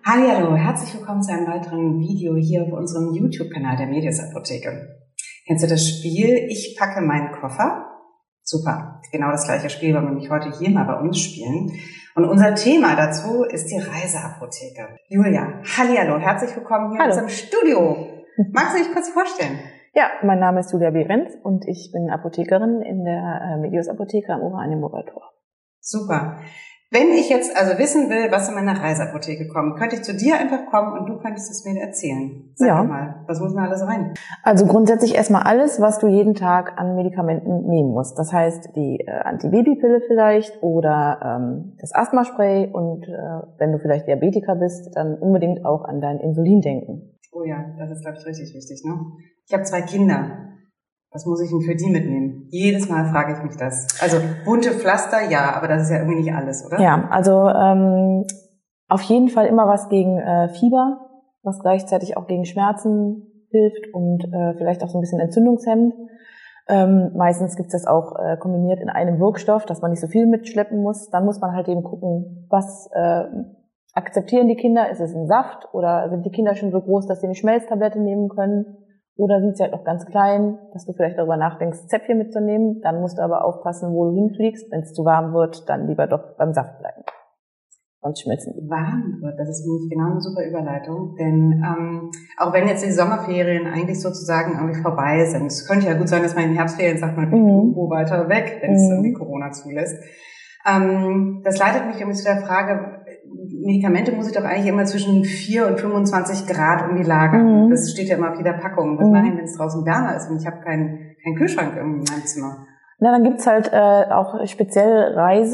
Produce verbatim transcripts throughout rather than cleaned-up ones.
Hallihallo, herzlich willkommen zu einem weiteren Video hier auf unserem YouTube-Kanal der Medius Apotheke. Kennst du das Spiel Ich packe meinen Koffer? Super, genau das gleiche Spiel wollen wir nämlich heute hier mal bei uns spielen. Und unser Thema dazu ist die Reiseapotheke. Julia, hallihallo, herzlich willkommen hier Hallo. in unserem Studio. Magst du dich kurz vorstellen? Ja, mein Name ist Julia Behrendt und ich bin Apothekerin in der Medius Apotheke am Oranienburger Tor. Super. Wenn ich jetzt also wissen will, was in meiner Reiseapotheke kommt, könnte ich zu dir einfach kommen und du könntest es mir erzählen. Sag Ja. doch mal, was muss denn alles rein? Also grundsätzlich erstmal alles, was du jeden Tag an Medikamenten nehmen musst. Das heißt die äh, Antibabypille vielleicht oder ähm, das Asthmaspray und äh, wenn du vielleicht Diabetiker bist, dann unbedingt auch an dein Insulin denken. Oh ja, das ist, glaube ich, richtig wichtig, ne? Ich habe zwei Kinder. Was muss ich denn für die mitnehmen? Jedes Mal frage ich mich das. Also bunte Pflaster, ja, aber das ist ja irgendwie nicht alles, oder? Ja, also ähm, auf jeden Fall immer was gegen äh, Fieber, was gleichzeitig auch gegen Schmerzen hilft und äh, vielleicht auch so ein bisschen entzündungshemmend. Ähm, meistens gibt's das auch äh, kombiniert in einem Wirkstoff, dass man nicht so viel mitschleppen muss. Dann muss man halt eben gucken, was äh, akzeptieren die Kinder. Ist es ein Saft oder sind die Kinder schon so groß, dass sie eine Schmelztablette nehmen können? Oder sind sie halt noch ganz klein, dass du vielleicht darüber nachdenkst, Zäpfchen mitzunehmen. Dann musst du aber aufpassen, wo du hinfliegst. Wenn es zu warm wird, dann lieber doch beim Saft bleiben. Sonst schmelzen die. Warm wird, das ist nämlich genau eine super Überleitung. Denn ähm, auch wenn jetzt die Sommerferien eigentlich sozusagen irgendwie vorbei sind, es könnte ja gut sein, dass man in den Herbstferien sagt, man fliegt Mhm. irgendwo weiter weg, wenn es Mhm. irgendwie Corona zulässt. Ähm, das leitet mich irgendwie zu der Frage, Medikamente muss ich doch eigentlich immer zwischen vier und fünfundzwanzig Grad irgendwie lagern. Mhm. Das steht ja immer auf jeder Packung. Was Mhm. mache ich, wenn es draußen wärmer ist und ich habe keinen keinen Kühlschrank irgendwie in meinem Zimmer? Na, dann gibt's halt äh, auch speziell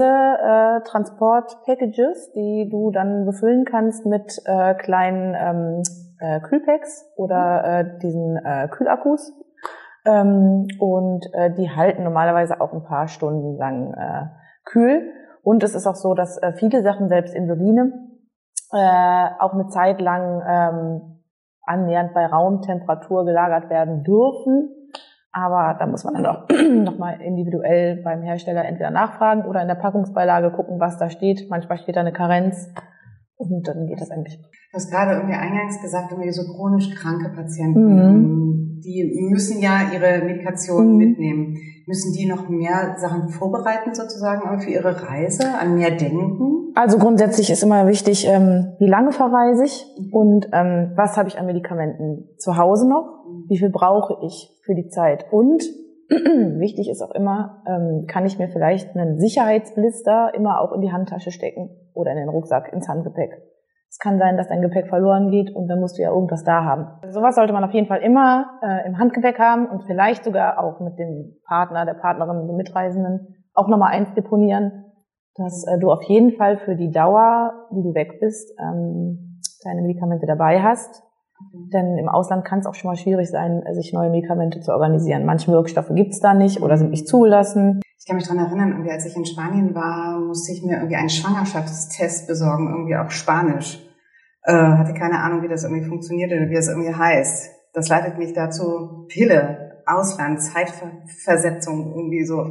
Reise-Transport-Packages, die du dann befüllen kannst mit äh, kleinen ähm, äh, Kühlpacks oder äh, diesen äh, Kühlakkus. Ähm, und äh, die halten normalerweise auch ein paar Stunden lang äh, kühl. Und es ist auch so, dass äh, viele Sachen, selbst Insuline, äh, auch eine Zeit lang ähm, annähernd bei Raumtemperatur gelagert werden dürfen. Aber da muss man dann auch nochmal individuell beim Hersteller entweder nachfragen oder in der Packungsbeilage gucken, was da steht. Manchmal steht da eine Karenz und dann geht das eigentlich. Du hast gerade irgendwie eingangs gesagt, irgendwie so chronisch kranke Patienten, Mhm. die müssen ja ihre Medikation Mhm. mitnehmen. Müssen die noch mehr Sachen vorbereiten sozusagen aber für ihre Reise, an mehr denken? Also grundsätzlich ist immer wichtig, ähm, wie lange verreise ich und ähm, was habe ich an Medikamenten zu Hause noch, wie viel brauche ich für die Zeit. Und wichtig ist auch immer, ähm, kann ich mir vielleicht einen Sicherheitsblister immer auch in die Handtasche stecken oder in den Rucksack, ins Handgepäck. Es kann sein, dass dein Gepäck verloren geht und dann musst du ja irgendwas da haben. Also sowas sollte man auf jeden Fall immer äh, im Handgepäck haben und vielleicht sogar auch mit dem Partner, der Partnerin, dem Mitreisenden auch nochmal eins deponieren, dass äh, du auf jeden Fall für die Dauer, die du weg bist, ähm, deine Medikamente dabei hast. Okay. Denn im Ausland kann es auch schon mal schwierig sein, sich neue Medikamente zu organisieren. Manche Wirkstoffe gibt's da nicht oder sind nicht zugelassen. Ich kann mich daran erinnern, irgendwie als ich in Spanien war, musste ich mir irgendwie einen Schwangerschaftstest besorgen, irgendwie auf Spanisch. Äh, hatte keine Ahnung, wie das irgendwie funktioniert oder wie das irgendwie heißt. Das leitet mich dazu, Pille, Ausland, Zeitversetzung, irgendwie so.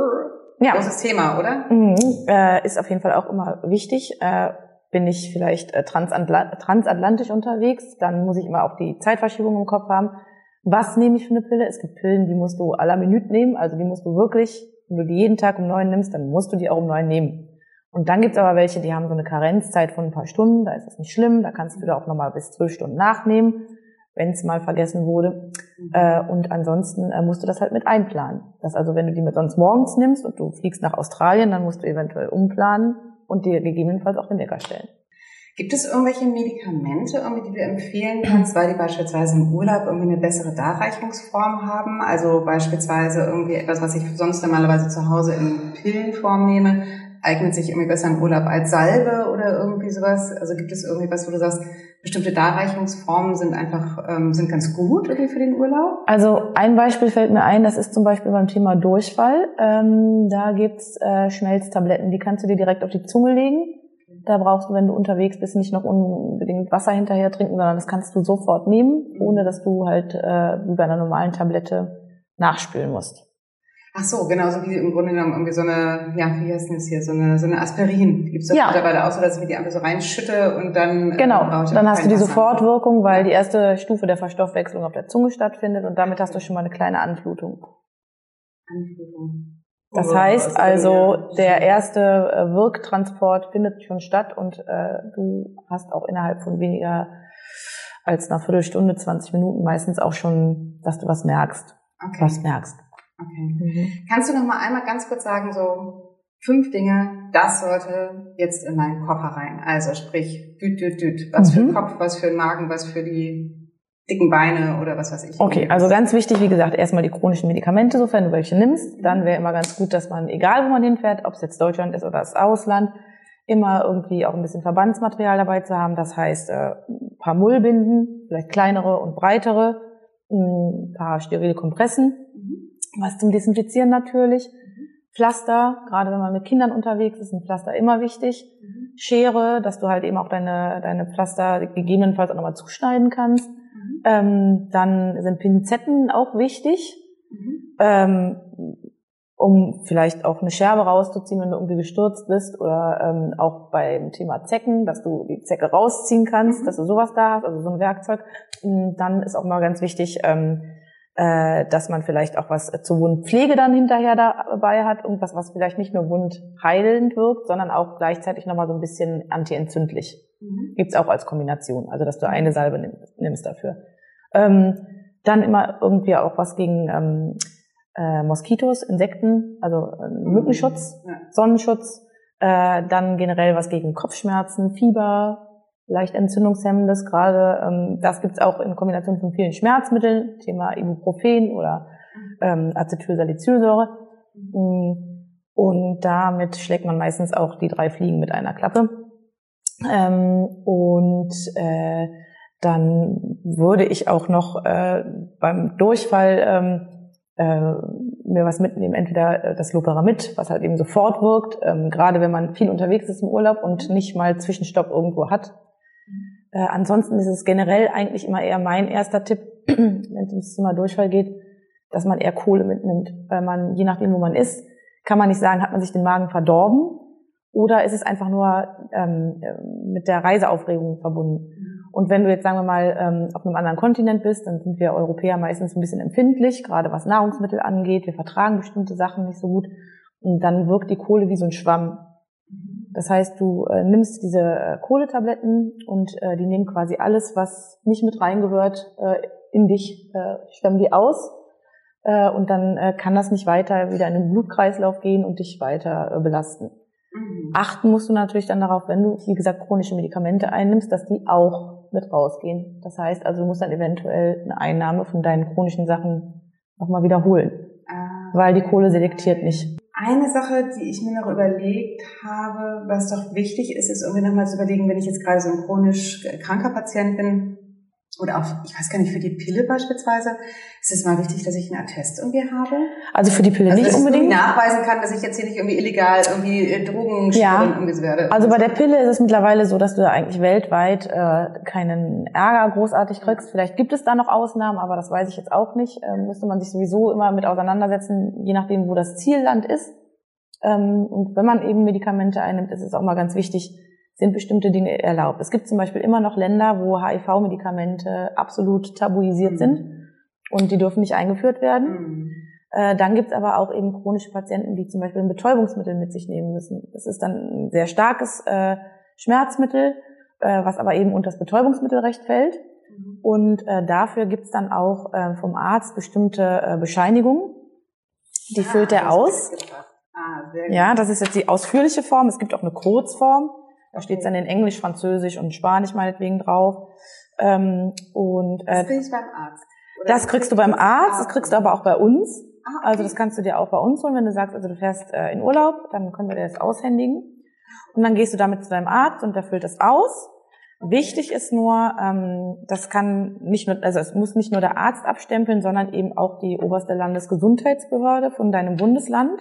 Ja. Großes Thema, oder? Mhm. Äh, ist auf jeden Fall auch immer wichtig. Äh, bin ich vielleicht äh, transatla- transatlantisch unterwegs, dann muss ich immer auch die Zeitverschiebung im Kopf haben. Was nehme ich für eine Pille? Es gibt Pillen, die musst du à la Minute nehmen, also die musst du wirklich, wenn du die jeden Tag um neun nimmst, dann musst du die auch um neun nehmen. Und dann gibt's aber welche, die haben so eine Karenzzeit von ein paar Stunden, da ist das nicht schlimm, da kannst du da auch nochmal bis zwölf Stunden nachnehmen, wenn es mal vergessen wurde. Äh, und ansonsten äh, musst du das halt mit einplanen. Das also, wenn du die mit sonst morgens nimmst und du fliegst nach Australien, dann musst du eventuell umplanen und dir gegebenenfalls auch den Wecker stellen. Gibt es irgendwelche Medikamente, irgendwie, die du empfehlen kannst, weil die beispielsweise im Urlaub irgendwie eine bessere Darreichungsform haben? Also beispielsweise irgendwie etwas, was ich sonst normalerweise zu Hause in Pillenform nehme, eignet sich irgendwie besser im Urlaub als Salbe oder irgendwie sowas? Also gibt es irgendwie was, wo du sagst, bestimmte Darreichungsformen sind einfach ähm, sind ganz gut irgendwie für den Urlaub? Also ein Beispiel fällt mir ein, das ist zum Beispiel beim Thema Durchfall. Ähm, da gibt's äh, Schmelztabletten, die kannst du dir direkt auf die Zunge legen. Da brauchst du, wenn du unterwegs bist, nicht noch unbedingt Wasser hinterher trinken, sondern das kannst du sofort nehmen, ohne dass du halt äh, wie bei einer normalen Tablette nachspülen musst. Ach so, genauso wie im Grunde genommen irgendwie so eine, ja, wie heißt denn das hier, so eine, so eine Aspirin. Die gibt's doch Ja. mittlerweile auch so, dass ich mir die einfach so reinschütte und dann Genau, äh, brauche ich dann hast du die Wasser. Sofortwirkung, weil die erste Stufe der Verstoffwechslung auf der Zunge stattfindet und damit hast du schon mal eine kleine Anflutung. Anflutung. Das Oh, heißt das also, ja. der erste äh, Wirktransport findet schon statt und äh, du hast auch innerhalb von weniger als einer Viertelstunde, zwanzig Minuten meistens auch schon, dass du was merkst. Okay. Was merkst. Okay. Mhm. Kannst du noch mal einmal ganz kurz sagen, so fünf Dinge, das sollte jetzt in meinen Koffer rein. Also sprich, düt, düt, düt. Was für Mhm. den Kopf, was für den Magen, was für die dicken Beine oder was weiß ich. Okay, also ganz wichtig, wie gesagt, erstmal die chronischen Medikamente, sofern du welche nimmst. Dann wäre immer ganz gut, dass man, egal wo man hinfährt, ob es jetzt Deutschland ist oder das Ausland, immer irgendwie auch ein bisschen Verbandsmaterial dabei zu haben. Das heißt, äh, ein paar Mullbinden, vielleicht kleinere und breitere, ein paar sterile Kompressen, Mhm. was zum Desinfizieren natürlich, mhm. Pflaster, gerade wenn man mit Kindern unterwegs ist, ein Pflaster immer wichtig, mhm. Schere, dass du halt eben auch deine, deine Pflaster gegebenenfalls auch nochmal zuschneiden kannst. Mhm. Ähm, dann sind Pinzetten auch wichtig, mhm. ähm, um vielleicht auch eine Scherbe rauszuziehen, wenn du irgendwie gestürzt bist, oder ähm, auch beim Thema Zecken, dass du die Zecke rausziehen kannst, mhm. dass du sowas da hast, also so ein Werkzeug. Dann ist auch mal ganz wichtig, ähm, äh, dass man vielleicht auch was zur Wundpflege dann hinterher dabei hat, irgendwas, was vielleicht nicht nur wundheilend wirkt, sondern auch gleichzeitig nochmal so ein bisschen antientzündlich. Mhm. Gibt's auch als Kombination, also dass du eine Salbe nimmst, nimmst dafür. Ähm, dann immer irgendwie auch was gegen ähm, äh, Moskitos, Insekten, also äh, Mückenschutz, ja. Sonnenschutz, äh, dann generell was gegen Kopfschmerzen, Fieber, leicht entzündungshemmendes, gerade ähm, das gibt's auch in Kombination von vielen Schmerzmitteln, Thema Ibuprofen oder ähm, Acetylsalicylsäure. Mhm. Und damit schlägt man meistens auch die drei Fliegen mit einer Klappe. Ähm, und äh, dann würde ich auch noch äh, beim Durchfall ähm, äh, mir was mitnehmen, entweder das Loperamid, was halt eben sofort wirkt, ähm, gerade wenn man viel unterwegs ist im Urlaub und nicht mal Zwischenstopp irgendwo hat. Äh, ansonsten ist es generell eigentlich immer eher mein erster Tipp, wenn es ums Thema Durchfall geht, dass man eher Kohle mitnimmt, weil man, je nachdem wo man ist, kann man nicht sagen, hat man sich den Magen verdorben oder ist es einfach nur ähm, mit der Reiseaufregung verbunden. Und wenn du jetzt, sagen wir mal, ähm, auf einem anderen Kontinent bist, dann sind wir Europäer meistens ein bisschen empfindlich, gerade was Nahrungsmittel angeht. Wir vertragen bestimmte Sachen nicht so gut. Und dann wirkt die Kohle wie so ein Schwamm. Das heißt, du äh, nimmst diese äh, Kohletabletten und äh, die nehmen quasi alles, was nicht mit reingehört, äh, in dich, äh, schwemmen die aus. Äh, und dann äh, kann das nicht weiter wieder in den Blutkreislauf gehen und dich weiter äh, belasten. Mhm. Achten musst du natürlich dann darauf, wenn du, wie gesagt, chronische Medikamente einnimmst, dass die auch mit rausgehen. Das heißt also, du musst dann eventuell eine Einnahme von deinen chronischen Sachen nochmal wiederholen, ah, weil die Kohle selektiert nicht. Eine Sache, die ich mir noch überlegt habe, was doch wichtig ist, ist irgendwie nochmal zu überlegen, wenn ich jetzt gerade so ein chronisch kranker Patient bin, oder auch, ich weiß gar nicht, für die Pille beispielsweise, ist es mal wichtig, dass ich einen Attest irgendwie habe? Also für die Pille also, nicht dass unbedingt. Dass ich nachweisen kann, dass ich jetzt hier nicht irgendwie illegal irgendwie Drogen ja. irgendwie werde. Also bei der Pille ist es mittlerweile so, dass du da eigentlich weltweit äh, keinen Ärger großartig kriegst. Vielleicht gibt es da noch Ausnahmen, aber das weiß ich jetzt auch nicht. Ähm, müsste man sich sowieso immer mit auseinandersetzen, je nachdem, wo das Zielland ist. Ähm, und wenn man eben Medikamente einnimmt, ist es auch mal ganz wichtig, sind bestimmte Dinge erlaubt. Es gibt zum Beispiel immer noch Länder, wo H I V-Medikamente absolut tabuisiert mhm. sind und die dürfen nicht eingeführt werden. Mhm. Äh, dann gibt es aber auch eben chronische Patienten, die zum Beispiel ein Betäubungsmittel mit sich nehmen müssen. Das ist dann ein sehr starkes äh, Schmerzmittel, äh, was aber eben unter das Betäubungsmittelrecht fällt. Mhm. Und äh, dafür gibt es dann auch äh, vom Arzt bestimmte äh, Bescheinigungen. Die ah, füllt er aus. Ah, sehr gut. Ja, das ist jetzt die ausführliche Form. Es gibt auch eine Kurzform. Da okay. steht es dann in Englisch, Französisch und Spanisch meinetwegen drauf. Ähm, und, äh, das krieg ich beim Arzt. Oder das kriegst du beim Arzt, das kriegst du aber auch bei uns. Ah, okay. Also das kannst du dir auch bei uns holen, wenn du sagst, also du fährst äh, in Urlaub, dann können wir dir das aushändigen. Und dann gehst du damit zu deinem Arzt und der füllt das aus. Wichtig ist nur, ähm, das kann nicht nur, also es muss nicht nur der Arzt abstempeln, sondern eben auch die oberste Landesgesundheitsbehörde von deinem Bundesland.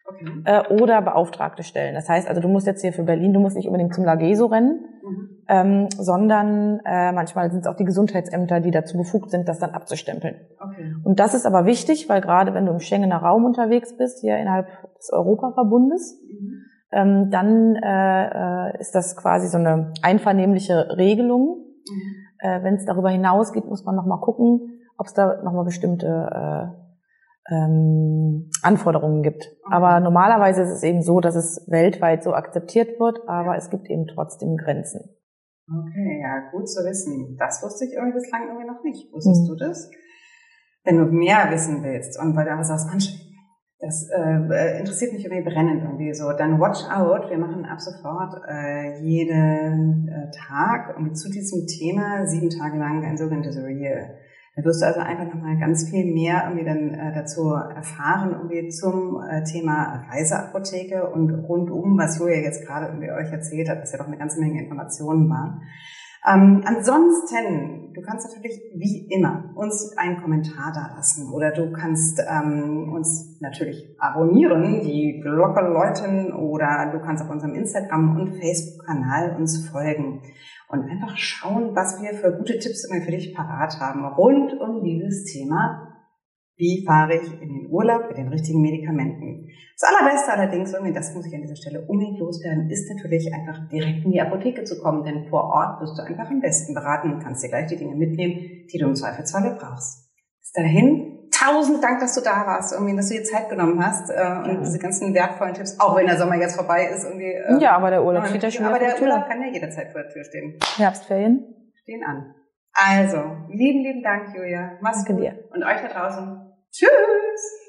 Okay. Äh, oder beauftragte Stellen. Das heißt, also du musst jetzt hier für Berlin, du musst nicht unbedingt zum Lageso rennen, mhm. ähm, sondern äh, manchmal sind es auch die Gesundheitsämter, die dazu befugt sind, das dann abzustempeln. Okay. Und das ist aber wichtig, weil gerade wenn du im Schengener Raum unterwegs bist, hier innerhalb des Europaverbundes, mhm. ähm, dann äh, ist das quasi so eine einvernehmliche Regelung. Mhm. Äh, wenn es darüber hinausgeht, muss man nochmal gucken, ob es da nochmal bestimmte äh, Ähm, Anforderungen gibt. Okay. Aber normalerweise ist es eben so, dass es weltweit so akzeptiert wird, aber es gibt eben trotzdem Grenzen. Okay, ja, gut zu wissen. Das wusste ich irgendwie bislang irgendwie noch nicht. Wusstest hm. du das? Wenn du mehr wissen willst und weil du einfach sagst, Mensch, das äh, interessiert mich irgendwie brennend irgendwie so, dann watch out. Wir machen ab sofort äh, jeden äh, Tag irgendwie zu diesem Thema sieben Tage lang ein sogenanntes Reel. Da wirst du also einfach nochmal ganz viel mehr irgendwie dann äh, dazu erfahren, irgendwie zum äh, Thema Reiseapotheke und rundum, was Julia jetzt gerade irgendwie euch erzählt hat, was ja doch eine ganze Menge Informationen war. Ähm, ansonsten, du kannst natürlich wie immer uns einen Kommentar da lassen oder du kannst ähm, uns natürlich abonnieren, die Glocke läuten oder du kannst auf unserem Instagram- und Facebook-Kanal uns folgen. Und einfach schauen, was wir für gute Tipps immer für dich parat haben, rund um dieses Thema, wie fahre ich in den Urlaub mit den richtigen Medikamenten. Das Allerbeste allerdings, und das muss ich an dieser Stelle unbedingt loswerden, ist natürlich einfach direkt in die Apotheke zu kommen, denn vor Ort wirst du einfach am besten beraten und kannst dir gleich die Dinge mitnehmen, die du im Zweifelsfalle brauchst. Bis dahin, tausend Dank, dass du da warst, irgendwie, dass du dir Zeit genommen hast äh, und ja. diese ganzen wertvollen Tipps, auch wenn der Sommer jetzt vorbei ist. Irgendwie. Äh, ja, aber der Urlaub steht ja schon Aber der Urlaub kann ja jederzeit vor der Tür stehen. Herbstferien? Stehen an. Also, lieben, lieben Dank, Julia. Mach's Danke gut. dir. Und euch da draußen. Tschüss!